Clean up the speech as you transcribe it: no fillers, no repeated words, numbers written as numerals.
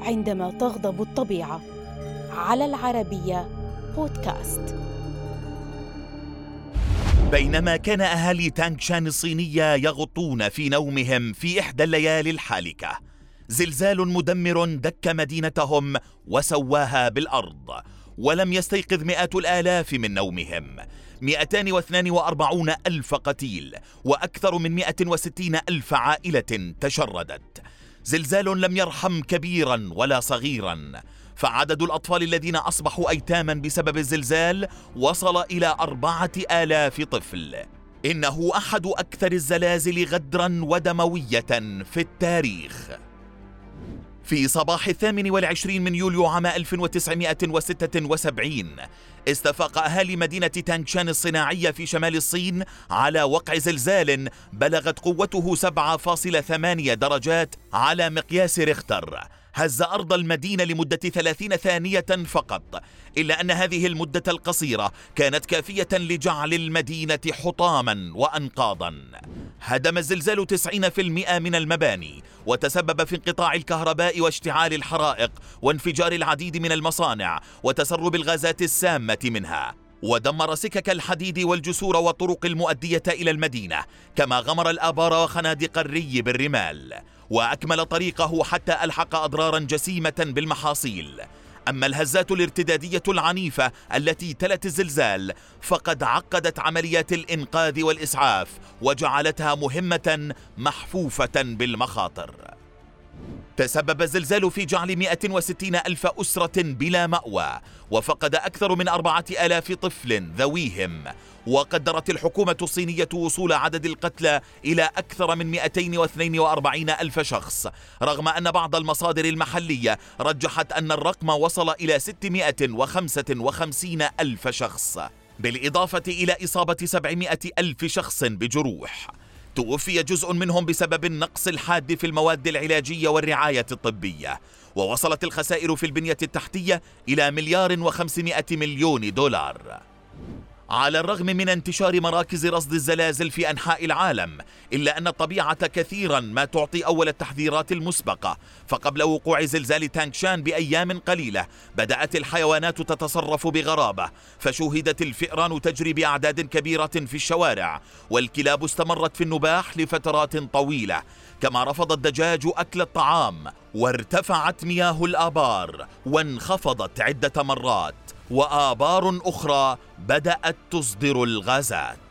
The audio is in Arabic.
عندما تغضب الطبيعة. على العربية بودكاست. بينما كان أهالي تانغشان الصينية يغطون في نومهم في إحدى الليالي الحالكة، زلزال مدمر دك مدينتهم وسواها بالأرض، ولم يستيقظ مئات الآلاف من نومهم. 242 ألف قتيل وأكثر من 160 ألف عائلة تشردت. زلزال لم يرحم كبيرا ولا صغيرا، فعدد الأطفال الذين أصبحوا أيتاما بسبب الزلزال وصل إلى 4000 طفل. إنه أحد أكثر الزلازل غدرا ودموية في التاريخ. في صباح 28 من يوليو عام 1976 استفاق أهالي مدينة تانغشان الصناعية في شمال الصين على وقع زلزال بلغت قوته 7.8 درجات على مقياس ريختر. هز أرض المدينة لمدة 30 ثانية فقط، إلا أن هذه المدة القصيرة كانت كافية لجعل المدينة حطاما وأنقاضا. هدم الزلزال 90% من المباني، وتسبب في انقطاع الكهرباء واشتعال الحرائق وانفجار العديد من المصانع وتسرب الغازات السامة منها، ودمر سكك الحديد والجسور والطرق المؤدية إلى المدينة، كما غمر الآبار وخنادق الري بالرمال، وأكمل طريقه حتى ألحق أضرارا جسيمة بالمحاصيل. أما الهزات الارتدادية العنيفة التي تلت الزلزال فقد عقدت عمليات الإنقاذ والإسعاف وجعلتها مهمة محفوفة بالمخاطر. تسبب الزلزال في جعل 160 ألف أسرة بلا مأوى، وفقد أكثر من 4000 طفل ذويهم، وقدرت الحكومة الصينية وصول عدد القتلى إلى أكثر من 242 ألف شخص، رغم أن بعض المصادر المحلية رجحت أن الرقم وصل إلى 655 ألف شخص، بالإضافة إلى إصابة 700 ألف شخص بجروح. توفي جزء منهم بسبب النقص الحاد في المواد العلاجية والرعاية الطبية، ووصلت الخسائر في البنية التحتية إلى 1,500,000,000 دولار. على الرغم من انتشار مراكز رصد الزلازل في أنحاء العالم، إلا أن الطبيعة كثيرا ما تعطي أول التحذيرات المسبقة. فقبل وقوع زلزال تانغشان بأيام قليلة بدأت الحيوانات تتصرف بغرابة، فشوهدت الفئران تجري بأعداد كبيرة في الشوارع، والكلاب استمرت في النباح لفترات طويلة، كما رفض الدجاج أكل الطعام، وارتفعت مياه الآبار وانخفضت عدة مرات، وآبار أخرى بدأت تصدر الغازات.